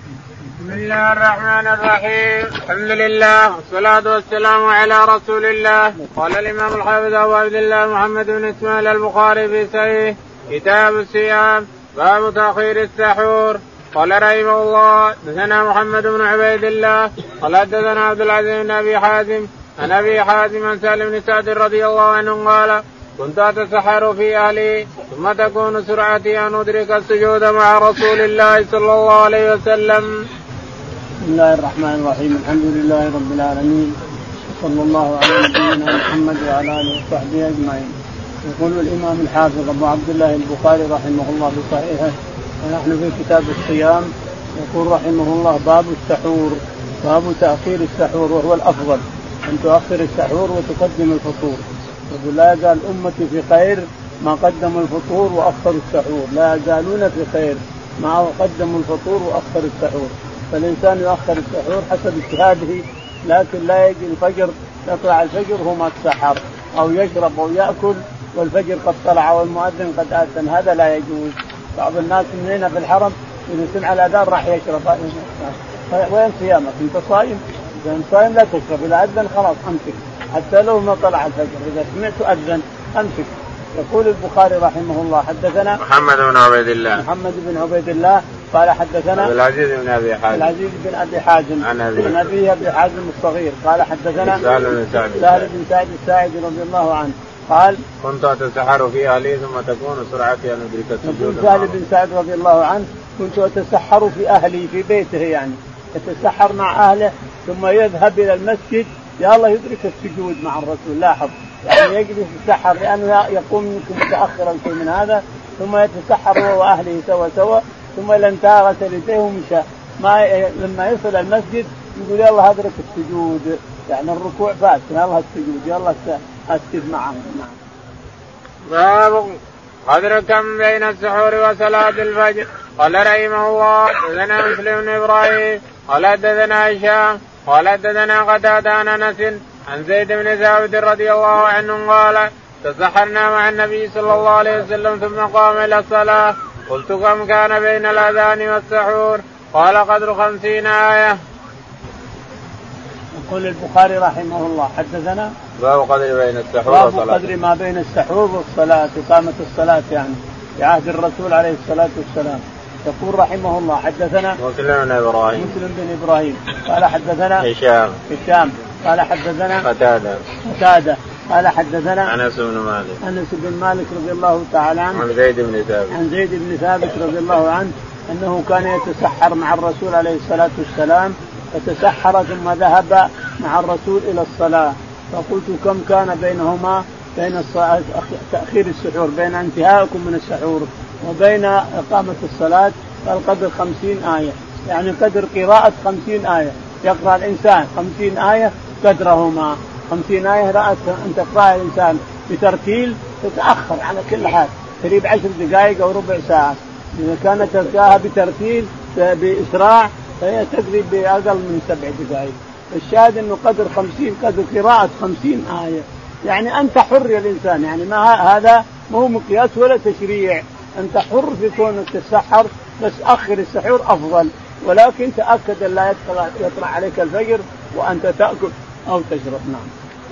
بسم الله الرحمن الرحيم. الحمد لله والصلاة والسلام على رسول الله. قال الإمام الحافظ أبو عبد الله محمد بن إسماعيل البخاري في صحيح كتاب الصيام باب تأخير السحور. قال رحمه الله حدثنا محمد بن عبيد الله قال حدثنا عبد العزيز بن أبي حازم عن أبي حازم عن سالم بن سعد رضي الله عنه قال كنت أتسحر في أهلي ثم تكون سرعتي أن أدرك السجود مع رسول الله صلى الله عليه وسلم. بسم الله الرحمن الرحيم. الحمد لله رب العالمين صلى الله على نبينا محمد وعلى آله وصحبه أجمعين. يقول الإمام الحافظ أبو عبد الله البخاري رحمه الله في صحيحه ونحن في كتاب الصيام. يقول رحمه الله باب السحور باب تأخير السحور وهو الأفضل أن تؤخر السحور وتقدم الفطور. يقول لا يزال أمتي في خير ما قدموا الفطور وأخروا السحور. لا يزالون في خير ما قدموا الفطور وأخروا السحور. فالإنسان يؤخر السحور حسب اجتهاده لكن لا يجي الفجر يطلع الفجر هو ما تسحر أو يشرب أو يأكل والفجر قد طلع والمؤذن قد آذن. هذا لا يجوز. بعض الناس من هنا في الحرم إذا سمع الأذان راح يشرب. وين صيامك؟ أنت صائم؟ إذا أنت صائم لا تشرب. إذا أذن خلاص أمسك حتى لو ما طلع الفجر. إذا سمعت أذن أمسك. يقول البخاري رحمه الله حدثنا محمد بن عبيد الله قال حدثنا عبد العزيز بن أبي حازم عن أبي حازم الصغير قال حدثنا سهل بن سعد الساعدي رضي الله عنه قال كنت أتسحر في أهلي ثم تكون سرعتي أن أدرك السجود. سهل بن سعد رضي الله عنه كنت أتسحر في أهلي في بيته يعني يتسحر مع أهله ثم يذهب إلى المسجد يا الله يدرك السجود مع الرسول. لاحظ يعني يجلس يتسحر لأنه يقوم منكم متأخرا شيء من هذا ثم يتسحر هو وأهله سوا ثم إذا انتهى غسل يديه ومشى لما يصل المسجد يقول يا الله أدرك السجود يعني الركوع فات يا الله السجود يا الله أسجد معهم. باب قدر كم بين السحور وصلاة الفجر. قال رحمه الله حدثنا مسلم بن إبراهيم قال حدثنا هشام قال حدثنا قتادة عن أنس عن زيد بن ثابت رضي الله عنه قال تسحرنا مع النبي صلى الله عليه وسلم ثم قام إلى الصلاة قلت كم كان بين الأذان والسحور قال قدر 50 آية. يقول البخاري رحمه الله حدثنا باب قدر بين السحور باب قدر ما بين السحور والصلاة إقامة الصلاة يعني في عهد الرسول عليه الصلاة والسلام. يقول رحمه الله حدثنا مسلم بن إبراهيم قال حدثنا هشام قال حدثنا قتادة قال حدثنا أنس بن مالك رضي الله تعالى عنه عن زيد بن ثابت رضي الله عنه أنه كان يتسحر مع الرسول عليه الصلاة والسلام فتسحر ثم ذهب مع الرسول إلى الصلاة. فقلت كم كان بينهما بين تأخير السحور بين انتهائكم من السحور وبين إقامة الصلاة؟ قال قدر 50 آية يعني قدر قراءة 50 آية. يقرأ الإنسان 50 آية قدرهما 50 آية رأت أن تقرأ الإنسان بترتيل تتأخر على كل حال قريب 10 دقائق أو ربع ساعة. إذا كانت تلقاها بترتيل بإسراع فهي تقريب بأقل من 7 دقائق. الشاهد أنه قدر 50 قدر قراءة 50 آية يعني أنت حر يا الإنسان يعني ما هذا مو مقياس ولا تشريع. أنت حر في كونك تسحر بس أخر السحور أفضل ولكن تأكد أن لا يطلع عليك الفجر وأنت تأكل أو تشرب. نعم.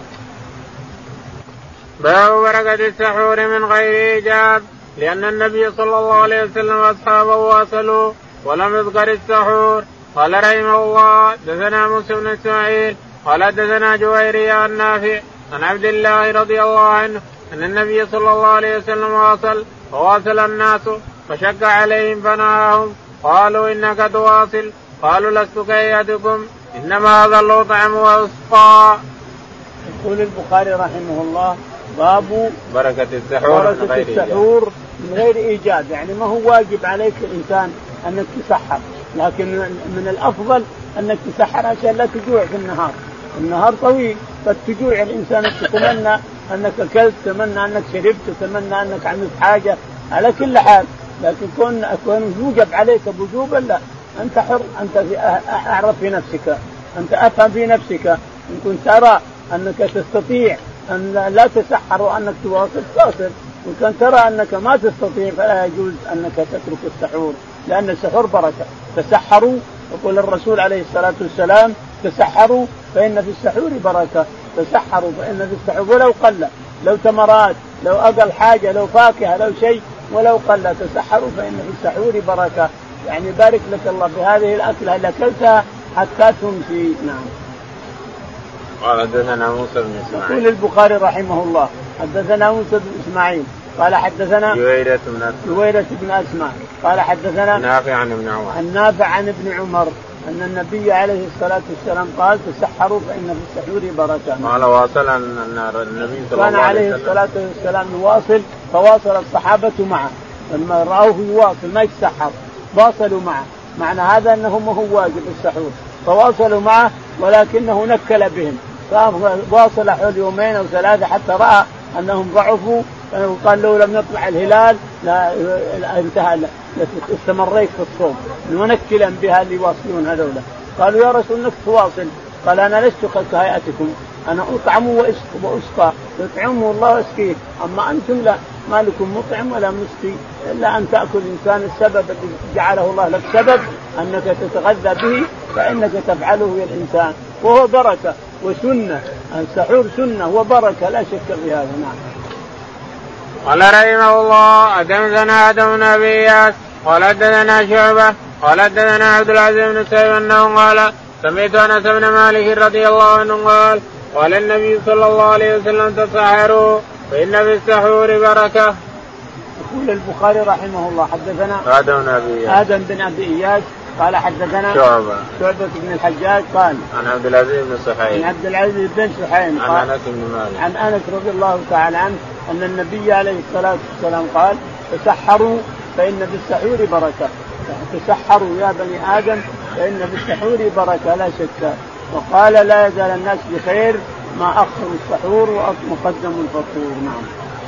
باب بركة السحور من غير إيجاب لأن النبي صلى الله عليه وسلم وأصحابه واصلوا ولم يذكر السحور. قال رحمه الله حدثنا موسى بن إسماعيل قال حدثنا جويرية عن نافع عن عبد الله رضي الله عنه أن النبي صلى الله عليه وسلم وواصل الناس فشق عليهم فنهاهم قالوا إنك تواصل قالوا لست كأيدكم إنما هذا الطعام وأسقى. يقول البخاري رحمه الله باب بركة السحور من غير إيجاب يعني ما هو واجب عليك الإنسان أنك تسحر لكن من الأفضل أنك تسحر عشان لا تجوع في النهار طويل قد تجوع الإنسان تتمنى أنك أكلت تتمنى أنك شربت تتمنى أنك عملت حاجة على كل حال لكن كون يوجب عليك بوجوبا لا. أنت حر أنت أعرف في نفسك أنت أفهم في نفسك إن كنت ترى أنك تستطيع أن لا تسحر وأنك تواصل وكان ترى أنك ما تستطيع فلا يجوز أنك تترك السحور لأن السحور بركة. تسحروا يقول الرسول عليه الصلاة والسلام تسحروا فإن في السحور بركة، تسحروا فإن في السحور ولو قل، لو تمرات، لو أقل حاجة، لو فاكهة، لو شيء ولو قل، تسحروا فإن في السحور بركة، يعني بارك لك الله بهذه الأكلة اللي أكلتها حتى تمسي. نعم. قال حدثنا موسى بن إسماعيل. يقول البخاري رحمه الله حدثنا موسى بن إسماعيل قال حدثنا جويرة بن أسماء قال حدثنا نافع عن ابن عمر. النافع عن ابن عمر أن النبي عليه الصلاة والسلام قال تسحروا فإن في السحور بركة. قال واصل أن النبي صلى الله عليه وسلم الصلاة والسلام يواصل، فواصل الصحابة معه لما رأوه يواصل ما يتسحر واصلوا معه، معنى هذا أنه ما هو واجب السحور، فواصلوا معه ولكنه نكل بهم، فواصل حول يومين أو ثلاثة حتى رأى أنهم ضعفوا، وقال لو لم يطلع الهلال لا انتهى استمريت في الصوم، ونكلا بها اللي يواصلون هذولا. قالوا يا رسول انك تواصل، قال انا لست كهيئتكم، انا اطعم واسقى، يطعمه الله واسقيه، اما انتم لا، ما لكم مطعم ولا مسقي الا ان تاكل الانسان السبب الذي جعله الله لك سبب انك تتغذى به، فانك تفعله يا الانسان، وهو بركه وسنه، السحور سنه وبركه لا شك في هذا. نعم. قال رحمه الله حدثنا آدم بن أبي إياس قال حدثنا شعبة قال حدثنا عبد العزيز بن سعيد أنه قال سمعت أنس بن مالك رضي الله عنه قال قال النبي صلى الله عليه وسلم تسحروا فإن في السحور بركة. يقول البخاري رحمه الله حدثنا آدم بن أبي إياس قال حدثنا شعبة بن الحجاج قال عن عبد العزيز بن صحيح عن أنس بن مالك عن أنس رضي الله تعالى عنه أن النبي عليه الصلاة والسلام قال تسحروا فإن في السحور بركة، تسحروا يا بني آدم فإن في السحور بركة لا شك. وقال لا يزال الناس بخير ما أخر السحور ومقدم الفطور. نعم.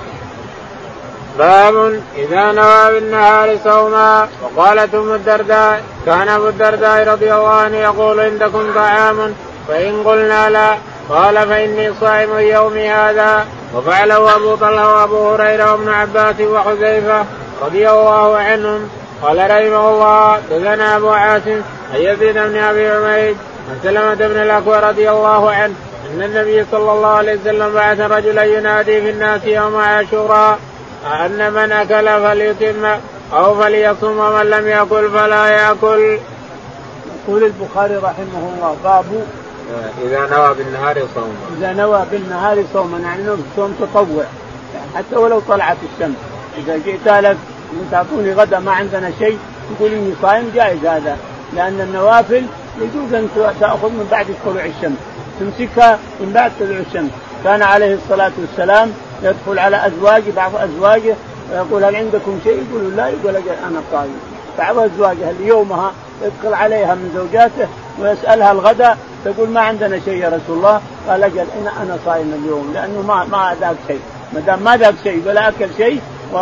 باب إذا نوى بالنهار صوما. وقالت أم الدرداء كان أبو الدرداء رضي الله عنه يقول عندكم طعام؟ فإن قلنا لا قال فإني صائم يومي هذا. وفعله أبو طلحة وأبو هريرة وابن عباس وحذيفة رضي الله عنهم. قال رحمه الله دثنا أبو عاصم عن يزيد بن أبي عمير عن سلمة بن الأكوع رضي الله عنه أن النبي صلى الله عليه وسلم بعث رجلا ينادي في الناس يوم عاشوراء أن من أكل فليتم أو فليصم ومن لم يأكل فلا يأكل. يقول البخاري رحمه الله باب إذا نوى بالنهار صوما. إذا نوى بالنهار صوما يعني صوم تطوع، يعني حتى ولو طلعت الشمس، إذا جئت لك تعطوني غدا ما عندنا شيء تقول إني صائم جائز هذا، لأن النوافل يجوز أن تأخذ من بعد طلوع الشمس، تمسكها من بعد طلوع الشمس. كان عليه الصلاة والسلام يدخل على أزواجه بعض أزواجه ويقول هل عندكم شيء؟ يقولوا لا، يقول أنا صائم. بعض أزواجه ليومها يدخل عليها من زوجاته ويسألها الغداء تقول ما عندنا شيء يا رسول الله، قال أجل أنا صائم اليوم، لأنه ما ذاك شيء، ما دام ما ذاك شيء ولا أكل شيء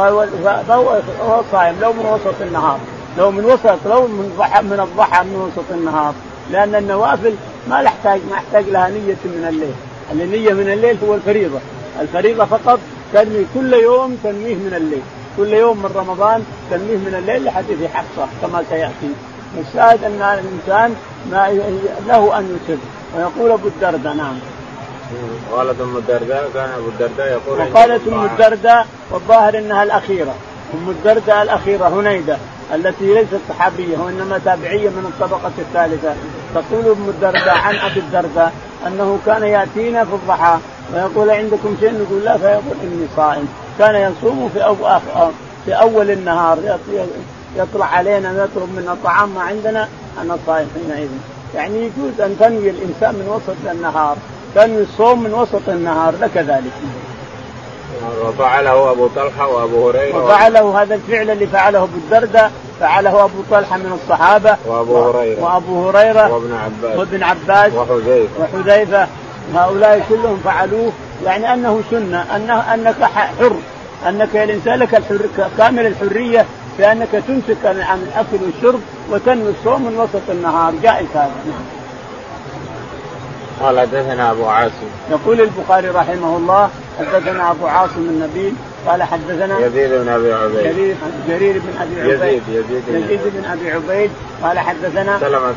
وهو صائم، لو من وسط النهار، لو من الضحى من وسط النهار، لأن النوافل ما يحتاج لها نية من الليل. النية من الليل هو الفريضة فقط، تنوي كل يوم تنويه من الليل، كل يوم من رمضان تنويه من الليل لحديث حفصة كما سيأتي. الشاهد أن الإنسان ما له أن يسر. ويقول أبو الدرداء نعم. قالت أم الدرداء كان أبو الدرداء يقول. وقالت أم الدرداء والظاهر أنها الأخيرة، أم الدرداء الأخيرة هنيدة التي ليست صحابية وإنما تابعية من الطبقة الثالثة. تقول أم الدرداء عن أبي الدرداء أنه كان يأتينا في الضحى ويقول عندكم شيء؟ نقول لا، فيقول إني صائم. كان يصوم في أول النهار، يطلع علينا ويطلب منا الطعام ما عندنا، أنا صائم حينئذ. يعني يجوز أن تنوي الإنسان من وسط النهار، تنوي الصوم من وسط النهار لك ذلك. وفعله أبو طلحة وأبو هريرة. وفعله هذا الفعل اللي فعله أبو الدرداء فعله أبو طلحة من الصحابة وأبو هريرة وابن عباس وحذيفة، هؤلاء كلهم فعلوه، يعني أنه سنة، أنك حر، أنك يا الإنسان لك كامل الحرية في أنك تمسك عن الأكل والشرب وتنوي الصوم من وسط النهار، جائز هذا. قال حدثنا أبو عاصم. يقول البخاري رحمه الله حدثنا أبو عاصم النبيل قال حدثنا يزيد بن ابي عبيد جرير بن ابي عبيد يزيد بن ابي عبيد قال حدثنا سلمة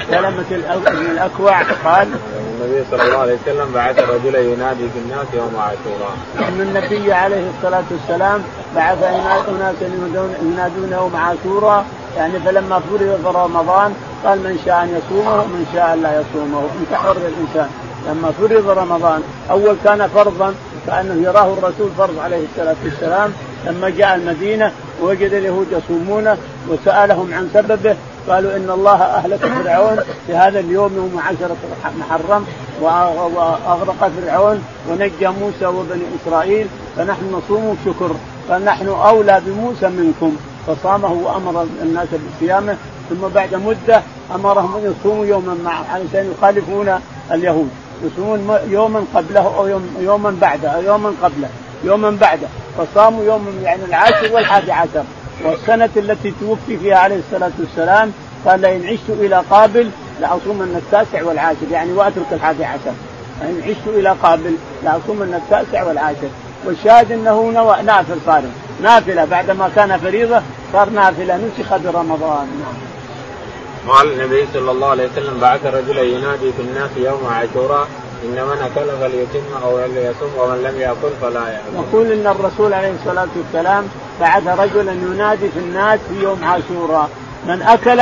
بن الاكوع قال النبي صلى الله عليه وسلم بعث رجلا ينادي في الناس يوم عاشوراء. ان النبي عليه الصلاه والسلام بعث اناسا ينادون يوم عاشوراء، يعني فلما فرض رمضان قال من شاء ان يصومه ومن شاء ان لا يصومه، انت حر الانسان. لما فرض رمضان اول كان فرضا كانه يراه الرسول فرض عليه الصلاه والسلام، لما جاء المدينه وجد اليهود يصومونه وسالهم عن سببه قالوا ان الله اهلك فرعون في هذا اليوم يوم 10 محرم واغرق فرعون ونجى موسى وبني اسرائيل، فنحن نصوم شكر، فنحن اولى بموسى منكم، فصامه وامر الناس بصيامه. ثم بعد مده امرهم ان يصوموا يوما معه علشان يخالفون اليهود، يصومون يوما قبله او يوما بعده او يوما بعده فصاموا يوم يعني العاشر والحادي عشر. والسنة التي توفي فيها عليه الصلاة والسلام قال لئن عشت إلى قابل لأصومن التاسع والعاشر، يعني وأترك الحادي عشر. لئن عشت إلى قابل لأصومن التاسع والعاشر. والشاهد أنه نافل صار نافلة بعدما كان فريضة صار نافلة نسخ برمضان. قال النبي صلى الله عليه وسلم بعث رجلا ينادي في الناس يوم عاشوراء إن من أكل فليتم أو ليصوم ومن لم يأكل فلا يأكل. يقول إن الرسول عليه الصلاة والسلام بعث رجلا ينادي في الناس في يوم عاشوراء من أكل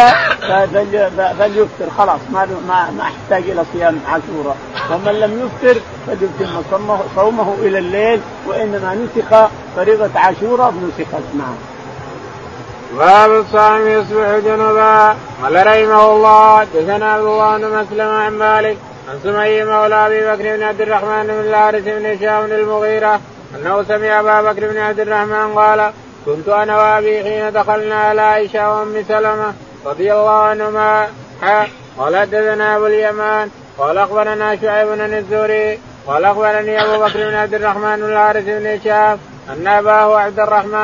فليفطر خلاص ما احتاج إلى صيام عاشوراء، ومن لم يفطر فليتم صومه إلى الليل، وإنما نسخ فريضة عاشوراء نسخت معه. باب الصائم يصبح جنبا. قال رحمه الله حدثنا عبد الله بن مسلم عن مالك عن سمي مولى ابي بكر بن عبد الرحمن بن الحارث بن هشام بن المغيرة انه سمع ابا بكر بن عبد الرحمن قال كنت انا وابي حين دخلنا على عائشة وام سلمة رضي الله عنهما. قال حدثنا ابو اليمان قال اخبرنا شعيب بن الزهري قال اخبرني ابو بكر بن عبد الرحمن بن الحارث بن هشام ان اباه عبد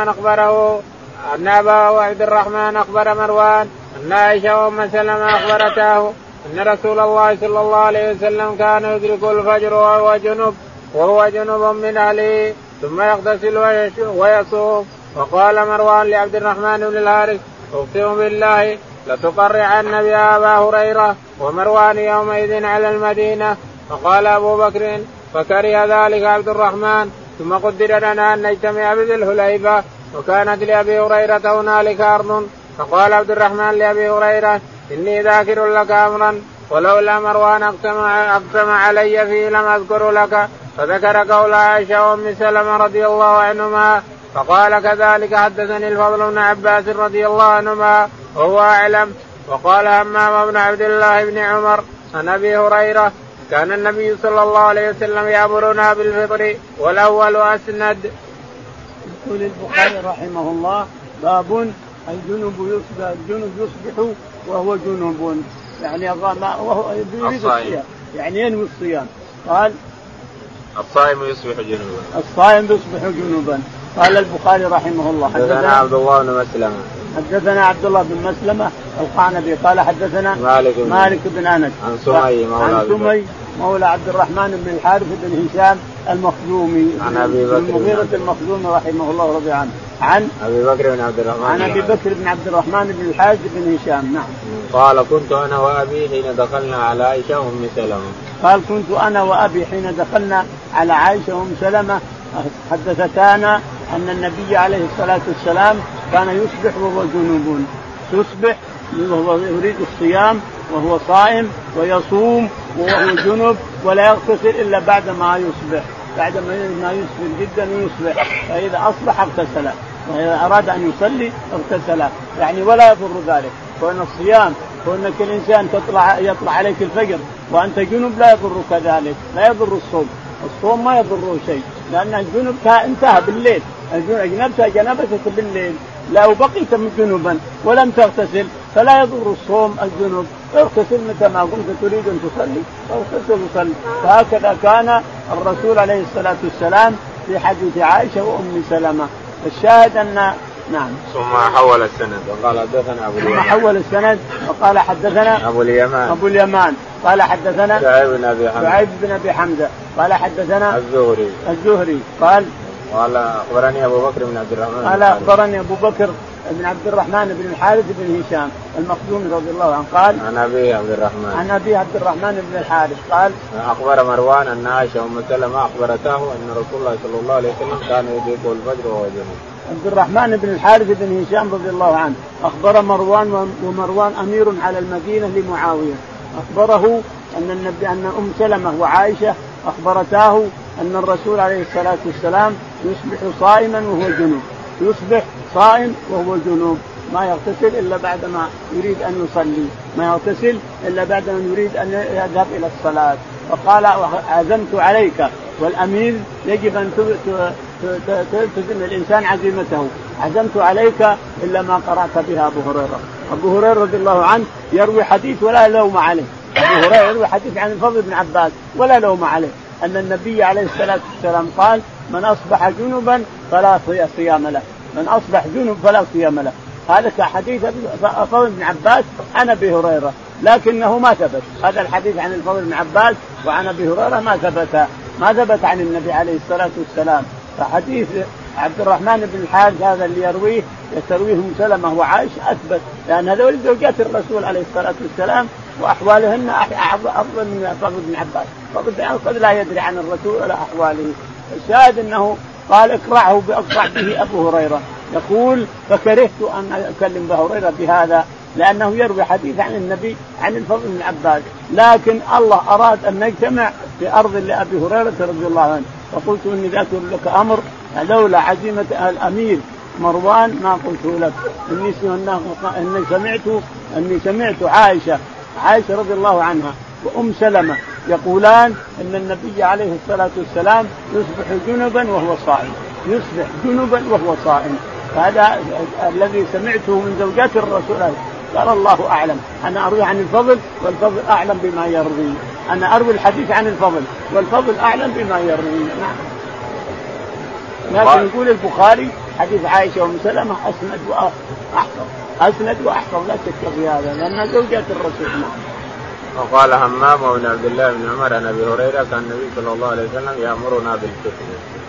الرحمن اخبر مروان ان عائشة وام سلمة اخبرته ان رسول الله صلى الله عليه وسلم كان يدرك الفجر وهو جنب من اهله ثم يغتسل ويصوم. وقال مروان لعبد الرحمن بن الحارث اقسم بالله لتقرعن بها ابا هريرة ومروان يومئذ على المدينة. فقال ابو بكر فكره ذلك عبد الرحمن ثم قدر لنا ان نجتمع بذي الحليفة وكانت لابي هريرة هنالك ارض. فقال عبد الرحمن لابي هريرة إني ذاكر لك أمرا ولولا مروان أقسم علي فيه لم أذكر لك. فذكر قول عائشة وأم سلمة رضي الله عنهما. فقال كذلك حدثني الفضل بن عباس رضي الله عنهما وهو أعلم. وقال همام بن عبد الله بن عمر عن أبي هريرة كان النبي صلى الله عليه وسلم يأمرنا بالفطر والأول أسند. يقول البخاري رحمه الله باب الجنب يصبح وهو جنب، يعني وهو يريد الصيام يعني ينوي الصيام. قال الصائم يصبح جنبا. قال البخاري رحمه الله حدثنا عبد الله بن مسلمة القعنبي قال حدثنا مالك بن أنس عن سمي مولى عبد الرحمن بن الحارث بن هشام المخزومي عن أبي بكر المغيرة المخزومي رحمه الله رضي عنه عن أبي بكر بن عبد الرحمن بن الحارث بن هشام. نعم. قال كنت أنا وأبي حين دخلنا على عائشة وأم سلمة حدثتانا أن النبي عليه الصلاة والسلام كان يصبح وهو جنوب، يصبح وهو يريد الصيام وهو صائم ويصوم وهو جنب ولا يغتسل إلا بعد ما يصبح، بعد ما يصبح جدا يصبح، فإذا أصبح اغتسل وإذا أراد أن يصلي اغتسل، يعني ولا يضر ذلك. وأن الصيام وأنك الإنسان يطلع عليك الفجر وأنت جنب لا يضرك ذلك، لا يضر الصوم ما يضره شيء، لأن الجنب انتهى بالليل، جنبتك بالليل لو بقيت جنبا ولم تغتسل فلا يضر الصوم الجنب، اغتسل متى ما كنت تريد أن تصلي اغتسل وصلي. فهكذا كان الرسول عليه الصلاة والسلام في حديث عائشة وأم سلمة. الشاهد أن نعم. ثم حول السند وقال حدثنا وقال حدثنا أبو اليمان قال حدثنا شعيب بن أبي حمزة قال حدثنا الزهري قال قال أخبرني أبو بكر بن عبد الرحمن قال أخبرني أبو بكر بن عبد الرحمن بن الحارث بن هشام المخزومي رضي الله عنه قال عن أبي عبد الرحمن عن أبي عبد الرحمن بن الحارث قال أخبر مروان أن عائشة أم سلمة أخبرته أن رسول الله صلى الله عليه وسلم كان يدرك الفجر وهو جنوب. عبد الرحمن بن الحارث بن هشام رضي الله عنه أخبر مروان ومروان أمير على المدينة لمعاوية أخبره أن أم سلمة وعائشة أخبرتاه أن الرسول عليه الصلاة والسلام يصبح صائما وهو جنوب يصبح صائم وهو جنوب ما يغتسل إلا بعدما يريد أن يصلي ما يغتسل إلا بعدما يريد أن يذهب إلى الصلاة فقال عزمت عليك والأمير يجب أن تلزم الإنسان عزيمته عزمت عليك إلا ما قرأت بها أبو هريرة. أبو هريرة رضي الله عنه يروي حديث ولا لوم عليه. أبو هريرة يروي حديث عن الفضل بن عباس ولا لوم عليه أن النبي عليه الصلاة والسلام قال من أصبح جنبا فلا صيام له من أصبح جنب فلا صيام له. هذا حديث الفضل بن عباس عن أبي هريرة لكنه ما ثبت. هذا الحديث عن الفضل بن عباس وعن أبي هريرة ما ثبت عن النبي عليه الصلاة والسلام. فحديث عبد الرحمن بن الحارث هذا اللي يرويه سلمة وعائشة أثبت لأن هذول زوجات الرسول عليه الصلاة والسلام وأحوالهن أفضل من فضل بن عباس. فضل بن عباس لا يدري عن الرسول ولا أحواله. الشاهد أنه قال اقرأه بأقرأ به أبو هريرة يقول فكرهت أن أكلم أبو هريرة بهذا لأنه يروي حديث عن النبي عن الفضل بن عباس لكن الله أراد أن نجتمع في أرض لأبي هريرة رضي الله عنه فقلت إني ذاكر لك أمر لولا عزيمة الأمير مروان ما قلت لك إني سمعت عائشة رضي الله عنها وأم سلمة يقولان إن النبي عليه الصلاة والسلام يصبح جنبا وهو صائم هذا الذي سمعته من زوجات الرسول. قال الله أعلم أنا أروي عن الفضل والفضل أعلم بما يروي أنا أروي الحديث عن الفضل والفضل أعلم بما يروي. لكن يقول البخاري حديث عائشة وأم سلمة أسند وأحفظ لا شك في هذا لأن زوجات الرسول. وقال همام بن عبد الله بن عمر عن أبي هريرة كان النبي صلى الله عليه وسلم يأمرنا بالكتب.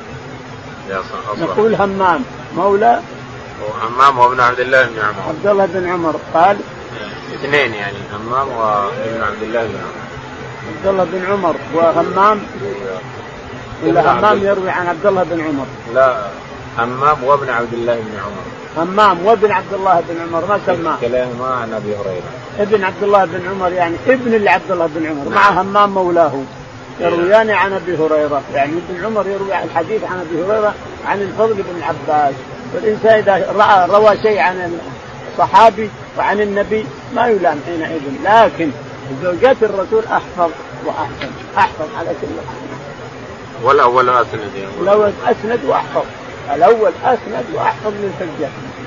يقول همام مولى همام وابن عبد الله بن عمر عبد الله بن عمر قال اثنين يعني همام وابن عبد الله بن عمر عبد الله بن عمر وهمام ولا همام يروي عن عبد الله بن عمر لا همام وابن عبد الله بن عمر همام وابن عبد الله بن عمر ما سماه كلاهما عن أبي هريرة ابن عبد الله بن عمر يعني ابن اللي عبد الله بن عمر مع همام مولاه يرويان عن أبي هريرة يعني ابن عمر يروي الحديث عن أبي هريرة عن الفضل بن عباس. والإنسان إذا روى شيء عن الصحابي وعن النبي ما يلام حينئذ لكن زوجات الرسول أحفظ أحفظ على كل حال. والأول أسند الأول أسند وأحفظ الأول أسند وأحفظ من الحجة.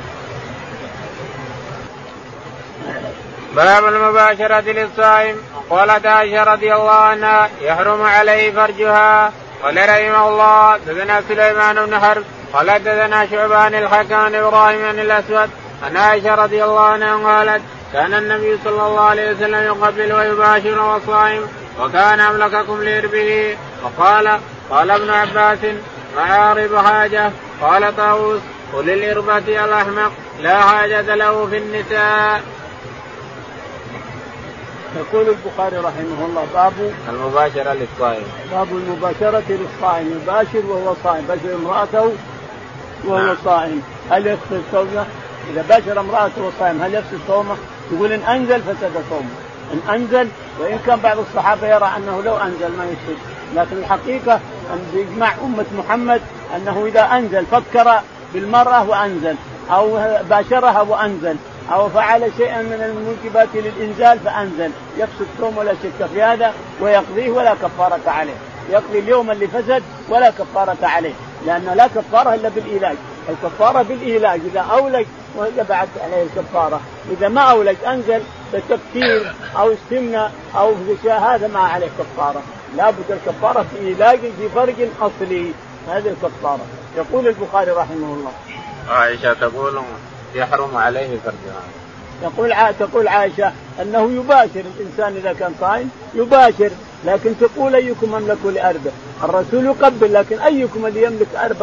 باب المباشرة للصائم. قالت عائشة رضي الله عنها يحرم عليه فرجها. قال رحمه الله دثنا سليمان بن حرب قال دثنا شعبان الحكم إبراهيم عن الأسود عن عائشة رضي الله عنها قالت كان النبي صلى الله عليه وسلم يقبل ويباشر والصائم وكان أملككم لإربه. قال ابن عباس معارب حاجة. قال طاووس قل الإربة الأحمق لا حاجة له في النساء. يقول البخاري رحمه الله باب المباشرة للصائم. باب المباشرة للصائم يباشر وهو صائم باشر امرأته وهو صائم هل يفسد صومه؟ إذا باشر امرأته وهو صائم هل يفسد صومه؟ يقول إن أنزل فسد صومه إن أنزل وإن كان بعض الصحابة يرى أنه لو أنزل ما يفسد لكن الحقيقة أن بإجماع أمة محمد أنه إذا أنزل فكر بالمرأة وأنزل أو باشرها وأنزل أو فعل شيئا من الموجبات للإنزال فأنزل يفسد صوم ولا شك في هذا ويقضيه ولا كفارة عليه. يقضي اليوم اللي فسد ولا كفارة عليه لأن لا كفارة إلا بالإيلاج. الكفارة بالإيلاج إذا أولج وجبعت عليه الكفارة إذا ما أولج أنزل بتفكير أو استمنى أو غشاء هذا ما عليه كفارة. لا بد الكفارة في إيلاج في فرج أصلي هذه الكفارة. يقول البخاري رحمه الله عائشة تقول يحرم عليه فرجها. تقول عائشة أنه يباشر الإنسان إذا كان صائم يباشر لكن تقول أيكم أملك لأربه. الرسول يقبل لكن أيكم اللي يملك أربه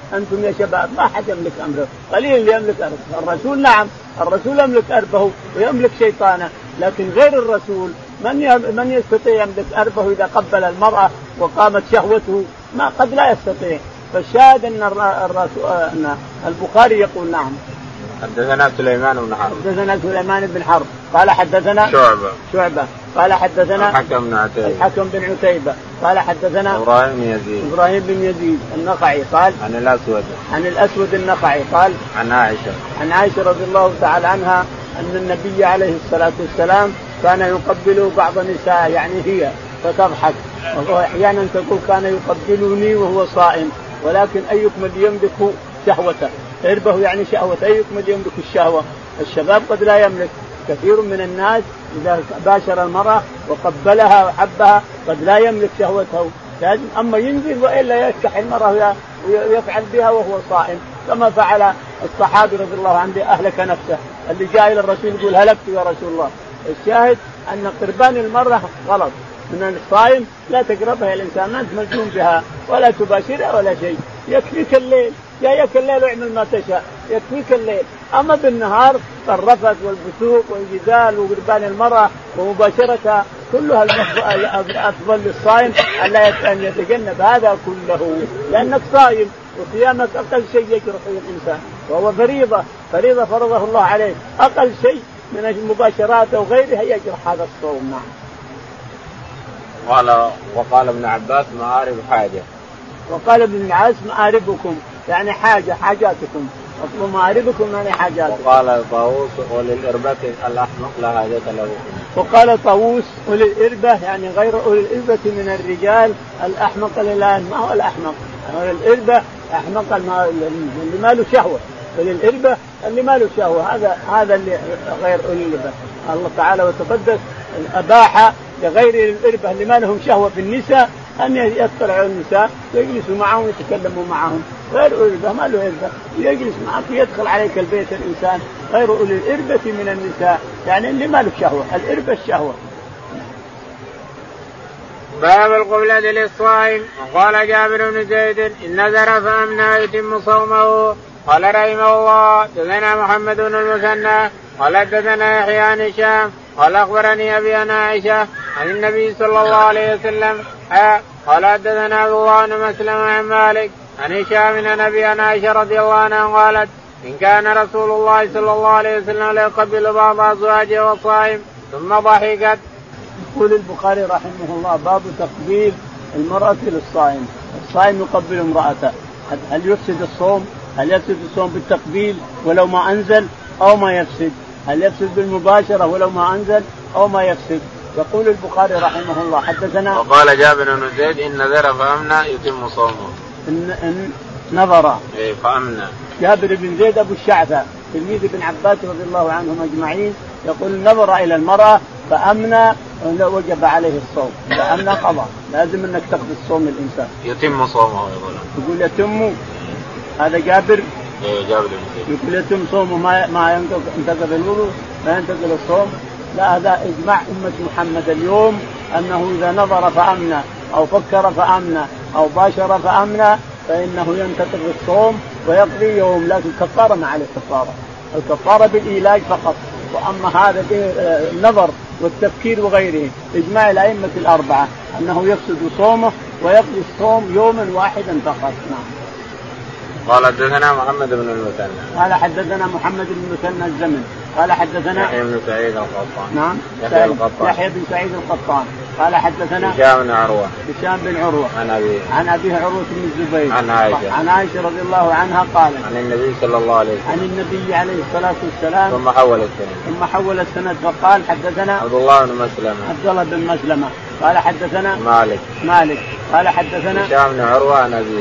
أنتم يا شباب ما حد يملك أمره، قليل اللي يملك أربه. الرسول نعم، الرسول يملك أربه ويملك شيطانه، لكن غير الرسول من يستطيع يملك أربه إذا قبل المرأة وقامت شهوته؟ ما قد لا يستطيع. فالشاهد أن البخاري يقول نعم. حدثنا سليمان بن حرب. حدثنا سليمان بن حرب قال حدثنا شعبة قال حدثنا الحكم بن عتيبة قال حدثنا إبراهيم بن يزيد النخعي قال عن الأسود النخعي قال عن عائشة رضي الله تعالى عنها أن النبي عليه الصلاة والسلام كان يقبل بعض النساء يعني هي فتضحك، وأحيانا تقول كان يقبلني وهو صائم، ولكن أيكم اللي يملك شهوته إربه يعني شهوة، أيكم اللي يملك الشهوة؟ الشباب قد لا يملك، كثير من الناس إذا باشر المرأة وقبلها وحبها قد لا يملك شهوته، لازم أما ينزل وإلا يفتح المرأة ويفعل بها وهو صائم، كما فعل الصحابي رضي الله عنه أهلك نفسه اللي جاء إلى الرسول يقول هلكت يا رسول الله. الشاهد أن قربان المرأة غلط، من الصائم لا تقربها الإنسان، ما أنت مجنون بها ولا تباشرها ولا شيء، يكفيك الليل، جايك الليل واعمل ما تشاء، يكفيك الليل. أما بالنهار فالرفث والفسوق والجدال وقربان المرأة ومباشرتها كلها أفضل للصائم أن يتجنب هذا كله، لأنك صائم وصيامك أقل شيء يجرح الإنسان، وهو فريضة فرضه الله عليه، أقل شيء من المباشرات أو غيرها يجرح هذا الصوم. نعم. وقال ابن عباس مآرب حاجة. وقال ابن عباس مآربكم يعني حاجاتكم، أصل مآربكم يعني حاجاتكم. وقال طاووس وللإربة الأحمق لا حاجة له. وقال طاووس وللإربة يعني غير أولي الإربة من الرجال الأحمق لله، ما هو الأحمق؟ الإربة أحمق اللي ما له شهوة، وللإربة اللي ما له شهوة هذا اللي غير أولي الإربة. الله تعالى وتقدس أباح لغير الإربة اللي ما لهم شهوة بالنساء أن يطلعوا النساء ويجلسوا معهم ويتكلموا معهم، غير أولي الإربة ما له إربة يجلس معك ويدخل عليك البيت الإنسان غير أولي الإربة من النساء، يعني اللي ما له شهوة، الإربة الشهوة. باب القبلة للصائم. وقال جابر بن زيد إن نذر فأمنى يتم صومه. قال رحمه الله دثنا محمد بن المثنى قال دثنا يحيى عن هشام قال أخبرني أبي عن عائشة عن النبي صلى الله عليه وسلم قال دثنا عبد الله بن مسلم عن مالك عن هشام عن أبي عن عائشة رضي الله عنها قالت إن كان رسول الله صلى الله عليه وسلم ليقبل بعض أزواجه وصائم ثم ضحكت. يقول البخاري رحمه الله باب تقبيل المرأة للصائم. الصائم يقبل امرأته، هل يفسد الصوم؟ هل يفسد الصوم بالتقبيل ولو ما أنزل أو ما يفسد؟ هل يفسد بالمباشرة ولو ما أنزل أو ما يفسد؟ يقول البخاري رحمه الله حدثنا. وقال جابر بن زيد إن نذر فأمنى يتم صومه. إن نظر فأمنى. جابر بن زيد أبو الشعثة تلميذ ابن عباس رضي الله عنهم أجمعين يقول نظر إلى المرأة فأمنى وجب عليه الصوم، فأمنى قضاء، لازم أنك تقضي الصوم الإنسان يتم صومه. يقول يتم، هذا جابر بن زيد يقول يتم صومه ما ينتقض الوضوء ما ينتقض الصوم. لا، هذا إجماع أمة محمد اليوم أنه إذا نظر فأمنى أو فكر فأمنى أو باشر فأمنى فإنه ينتقض الصوم ويقضي يوم، لكن كفارة ما عليه كفارة، الكفارة بالإيلاج فقط. وأما هذا النظر والتفكير وغيره إجماع الأئمة الأربعة أنه يفسد صومه ويقضي الصوم يوما واحدا فقط. نعم. قال حدثنا محمد بن المثنى قال حدثنا محمد بن المثنى الزمن قال حدثنا يحيى بن سعيد القطان. نعم يحيى بن سعيد القطان قال حدثنا هشام بن عروة عن أبيه عروة بن الزبير عن عائشة رضي الله عنها قالت عن النبي صلى الله عليه وسلم عن النبي عليه الصلاة والسلام ثم حول السند فقال حدثنا عبد الله بن مسلمة قال حدثنا مالك قال حدثنا هشام بن عروة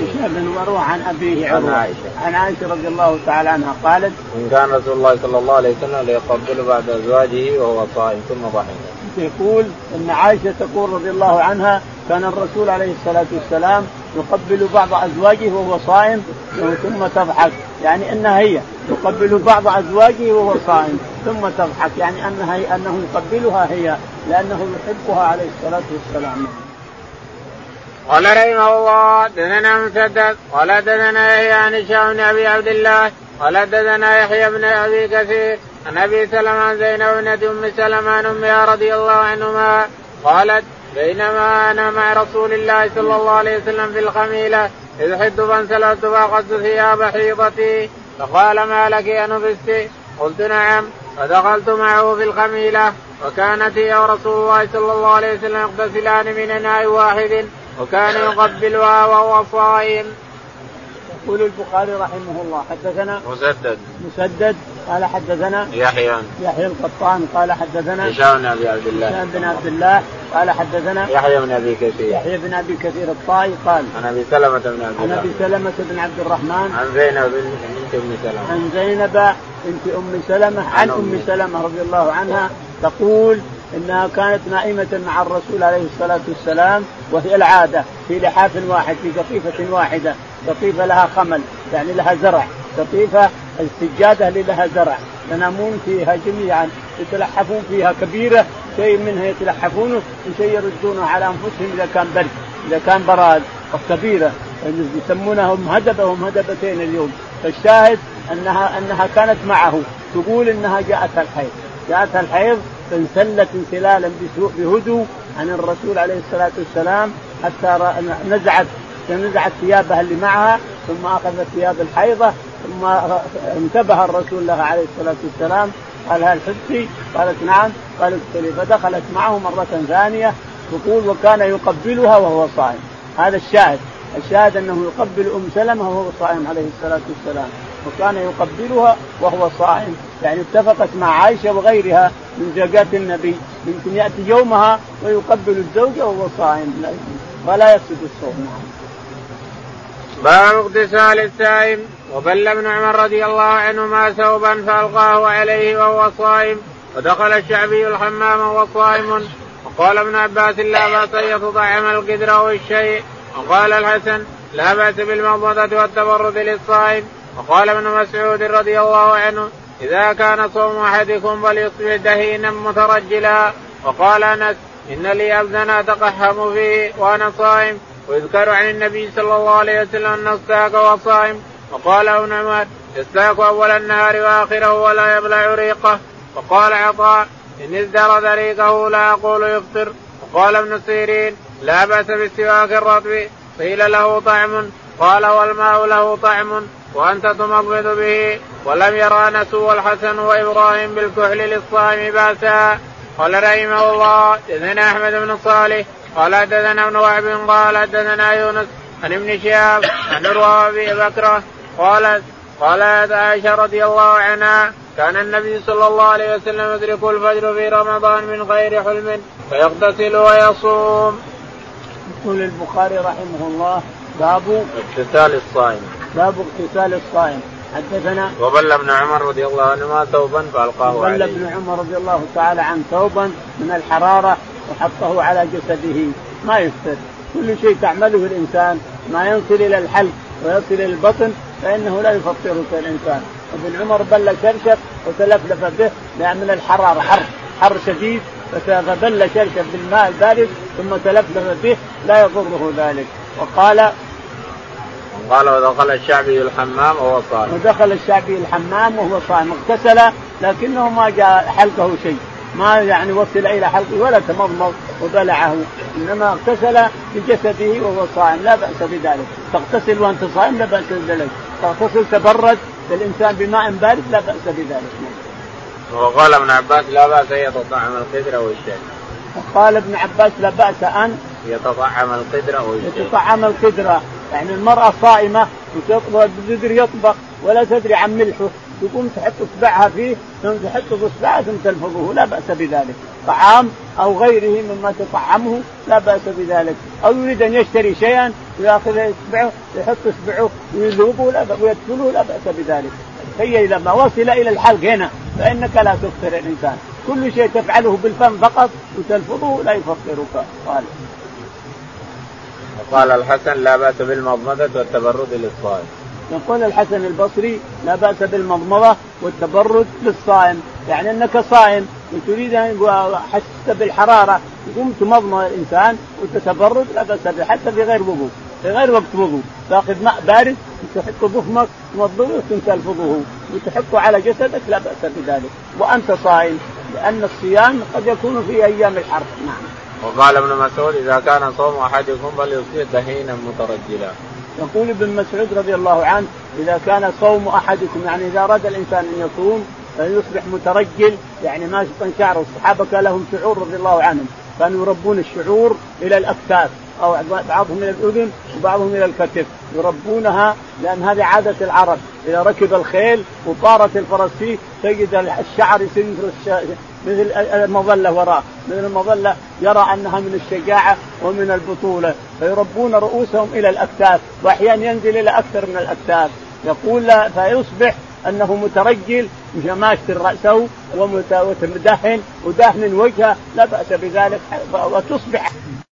عن أبيه عروة عن عائشة رضي الله تعالى عنها قالت إن كان رسول الله صلى الله عليه وسلم ليقبل بعد أزواجه وهو صائم ثم ضحك. يقول أن عائشة تقول رضي الله عنها كان الرسول عليه الصلاة والسلام يقبل بعض أزواجه وهو صائم ثم تضحك، يعني أنها هي يقبل بعض أزواجه وهو صائم ثم تضحك، يعني أنه يقبلها هي لأنه يحبها عليه الصلاة والسلام. قال رحمه الله دثنا مسدد قال دثنا يحيى عن هشام بن ابي عبد الله قال دثنا يحيى بن ابي كثير عن ابي سلمة عن زينب بنت ام سلمة عن امها رضي الله عنهما قالت بينما انا مع رسول الله صلى الله عليه وسلم في الخميلة اذ حدت فانسللت فاخذت ثياب حيضتي فقال ما لك انفست؟ قلت نعم. فدخلت معه في الخميلة وكانت هي ورسول الله صلى الله عليه وسلم يغتسلان من اناء واحد وكان يقبلها وهو صائم. يقول البخاري رحمه الله حدثنا مسدد قال حدثنا يحيى القطان قال حدثنا هشام بن عبد الله قال حدثنا يحيى بن ابي كثير الطائي قال عن ابي سلمة بن عبد الرحمن عن زينب بنت ام سلمة عن زينب بنت ام سلمة عن ام سلمة رضي الله عنها تقول إنها كانت نائمة مع الرسول عليه الصلاة والسلام وهي العادة في لحاف واحد في قطيفة واحدة، قطيفة لها خمل يعني لها زرع، قطيفة السجادة اللي لها زرع ينامون فيها جميعا يتلحفون فيها كبيرة، شيء منها يتلحفونه وشيء يردونه على أنفسهم إذا كان برد إذا كان براد كبيرة يسمونهم هدبة وهم هدبتين اليوم. فالشاهد أنها كانت معه تقول إنها جاءتها الحيض فانسلت انسلالا بهدوء عن الرسول عليه الصلاة والسلام حتى نزعت ثيابها اللي معها ثم أخذت ثياب الحيضة ثم انتبه الرسول لها عليه الصلاة والسلام قال هل حبتي؟ قالت نعم. قالت فدخلت معه مرة ثانية تقول وكان يقبلها وهو صائم. هذا الشاهد أنه يقبل أم سلمة وهو صائم عليه الصلاة والسلام، وكان يقبلها وهو صائم، يعني اتفقت مع عائشة وغيرها من زوجات النبي يمكن يأتي يومها ويقبل الزوجة وهو صائم ولا يفسد الصوم. باب اغتسال السائم. وبل ابن عمر رضي الله عنهما ثوبا فألقاه عليه وهو صائم ودخل الشعبي الحمام وهو صائم. وقال ابن عباس لا بأس أن يتطعم القدر أو الشيء. وقال الحسن لا بأس بالمضمضة والتبرد للصائم. وقال ابن مسعود رضي الله عنه إذا كان صوم أحدكم فليصبح دهينا مترجلا. وقال أنس إن لي أبدنا أتقحم فيه وأنا صائم. ويذكر عن النبي صلى الله عليه وسلم أن استاك وهو صائم. وقال ابن عمر يستاك أول النهار وآخره ولا يبلع ريقه. وقال عطاء إن ازدرد ريقه لا أقول يفطر. وقال ابن سيرين لا بأس بالسواك الرطب قيل له طعم قال والماء له طعم وأنت تمضمض به. ولم يرى أنس والحسن وإبراهيم بالكحل للصائم بأسا. قال رحمه الله دثنا أحمد بن صالح قال دثنا ابن وهب قال دثنا يونس عن ابن شهاب عن عروة بن بكرة قالت عائشة رضي الله عنها كان النبي صلى الله عليه وسلم يدرك الفجر في رمضان من غير حلم فيغتسل ويصوم. يقول البخاري رحمه الله باب اغتسال الصائم. حدثنا وبل ابن عمر رضي الله عنهما ثوبا فألقاه عليه. ابن عمر رضي الله تعالى عنه ثوبا من الحرارة وحطه على جسده ما يفتر. كل شيء تعمله الإنسان ما ينصل إلى الحلق ويصل إلى البطن فإنه لا يفطرك الإنسان. وابن عمر بل شرشف وتلفلف به من الحرارة حر شديد فبل شرشف بالماء البارد ثم تلفلف به لا يضره ذلك. وقال ودخل الشعبي الحمام وهو صائم. اغتسل لكنه ما جاء حلقه شيء ما يعني وصل إلى حلقه ولا تمضمض وبلعه إنما اغتسل بجسده وهو صائم لا بأس بذلك. تغتسل وأنت صائم لا بأس بذلك. تغتسل تبرد للإنسان بماء بارد لا بأس بذلك. وقال ابن عباس لا بأس أن يتطعم القدر أو الشيء. وقال ابن عباس لا بأس أن يتطعم القدر يعني المرأة صائمة وتقدر يطبخ ولا تدري عن ملحه تقوم تحط اصبعها فيه ثم تحط اصبعها ثم تلفظه لا بأس بذلك. طعام أو غيره مما تطعمه لا بأس بذلك. أو يريد أن يشتري شيئا ويأخذ اصبعه يحط اصبعه ويذوبه ويدخله لا بأس بذلك. هي لما وصل إلى الحلق هنا فإنك لا تفطر الإنسان. كل شيء تفعله بالفم فقط وتلفظه لا يفطرك. وقال الحسن لا بأس بالمضمضة والتبرد للصائم. يقول الحسن البصري لا بأس بالمضمضة والتبرد للصائم يعني أنك صائم وتريد أن حسست بالحرارة يقوم تمضمض الإنسان وتتبرد لا بأس به، حتى في غير وضوء في غير وقت وضوء، تأخذ ماء بارد وتحطه بفمك تمضمضه وتنسى وضوءه وتحطه على جسدك لا بأس بذلك وأنت صائم، لأن الصيام قد يكون في أيام الحر. نعم. وقال ابن مسعود إذا كان صوم أحدكم فليصير دهينا مترجلا. يقول ابن مسعود رضي الله عنه إذا كان صوم أحدكم يعني إذا أراد الإنسان أن يصوم فيصبح مترجل يعني ماسكا شعره. الصحابة كان لهم شعور رضي الله عنهم، كانوا يربون الشعور إلى الأكتاف أو بعضهم إلى الأذن وبعضهم إلى الكتف يربونها، لأن هذه عادة العرب إذا ركب الخيل وطارت الفرس فيه تجد الشعر يصير مثل المظلة وراء مثل المظلة، يرى أنها من الشجاعة ومن البطولة فيربون رؤوسهم إلى الأكتاف وأحيانا ينزل إلى أكثر من الأكتاف. يقول فيصبح أنه مترجل ماشط رأسه ومدهن ودهن وجهه لا بأس بذلك وتصبح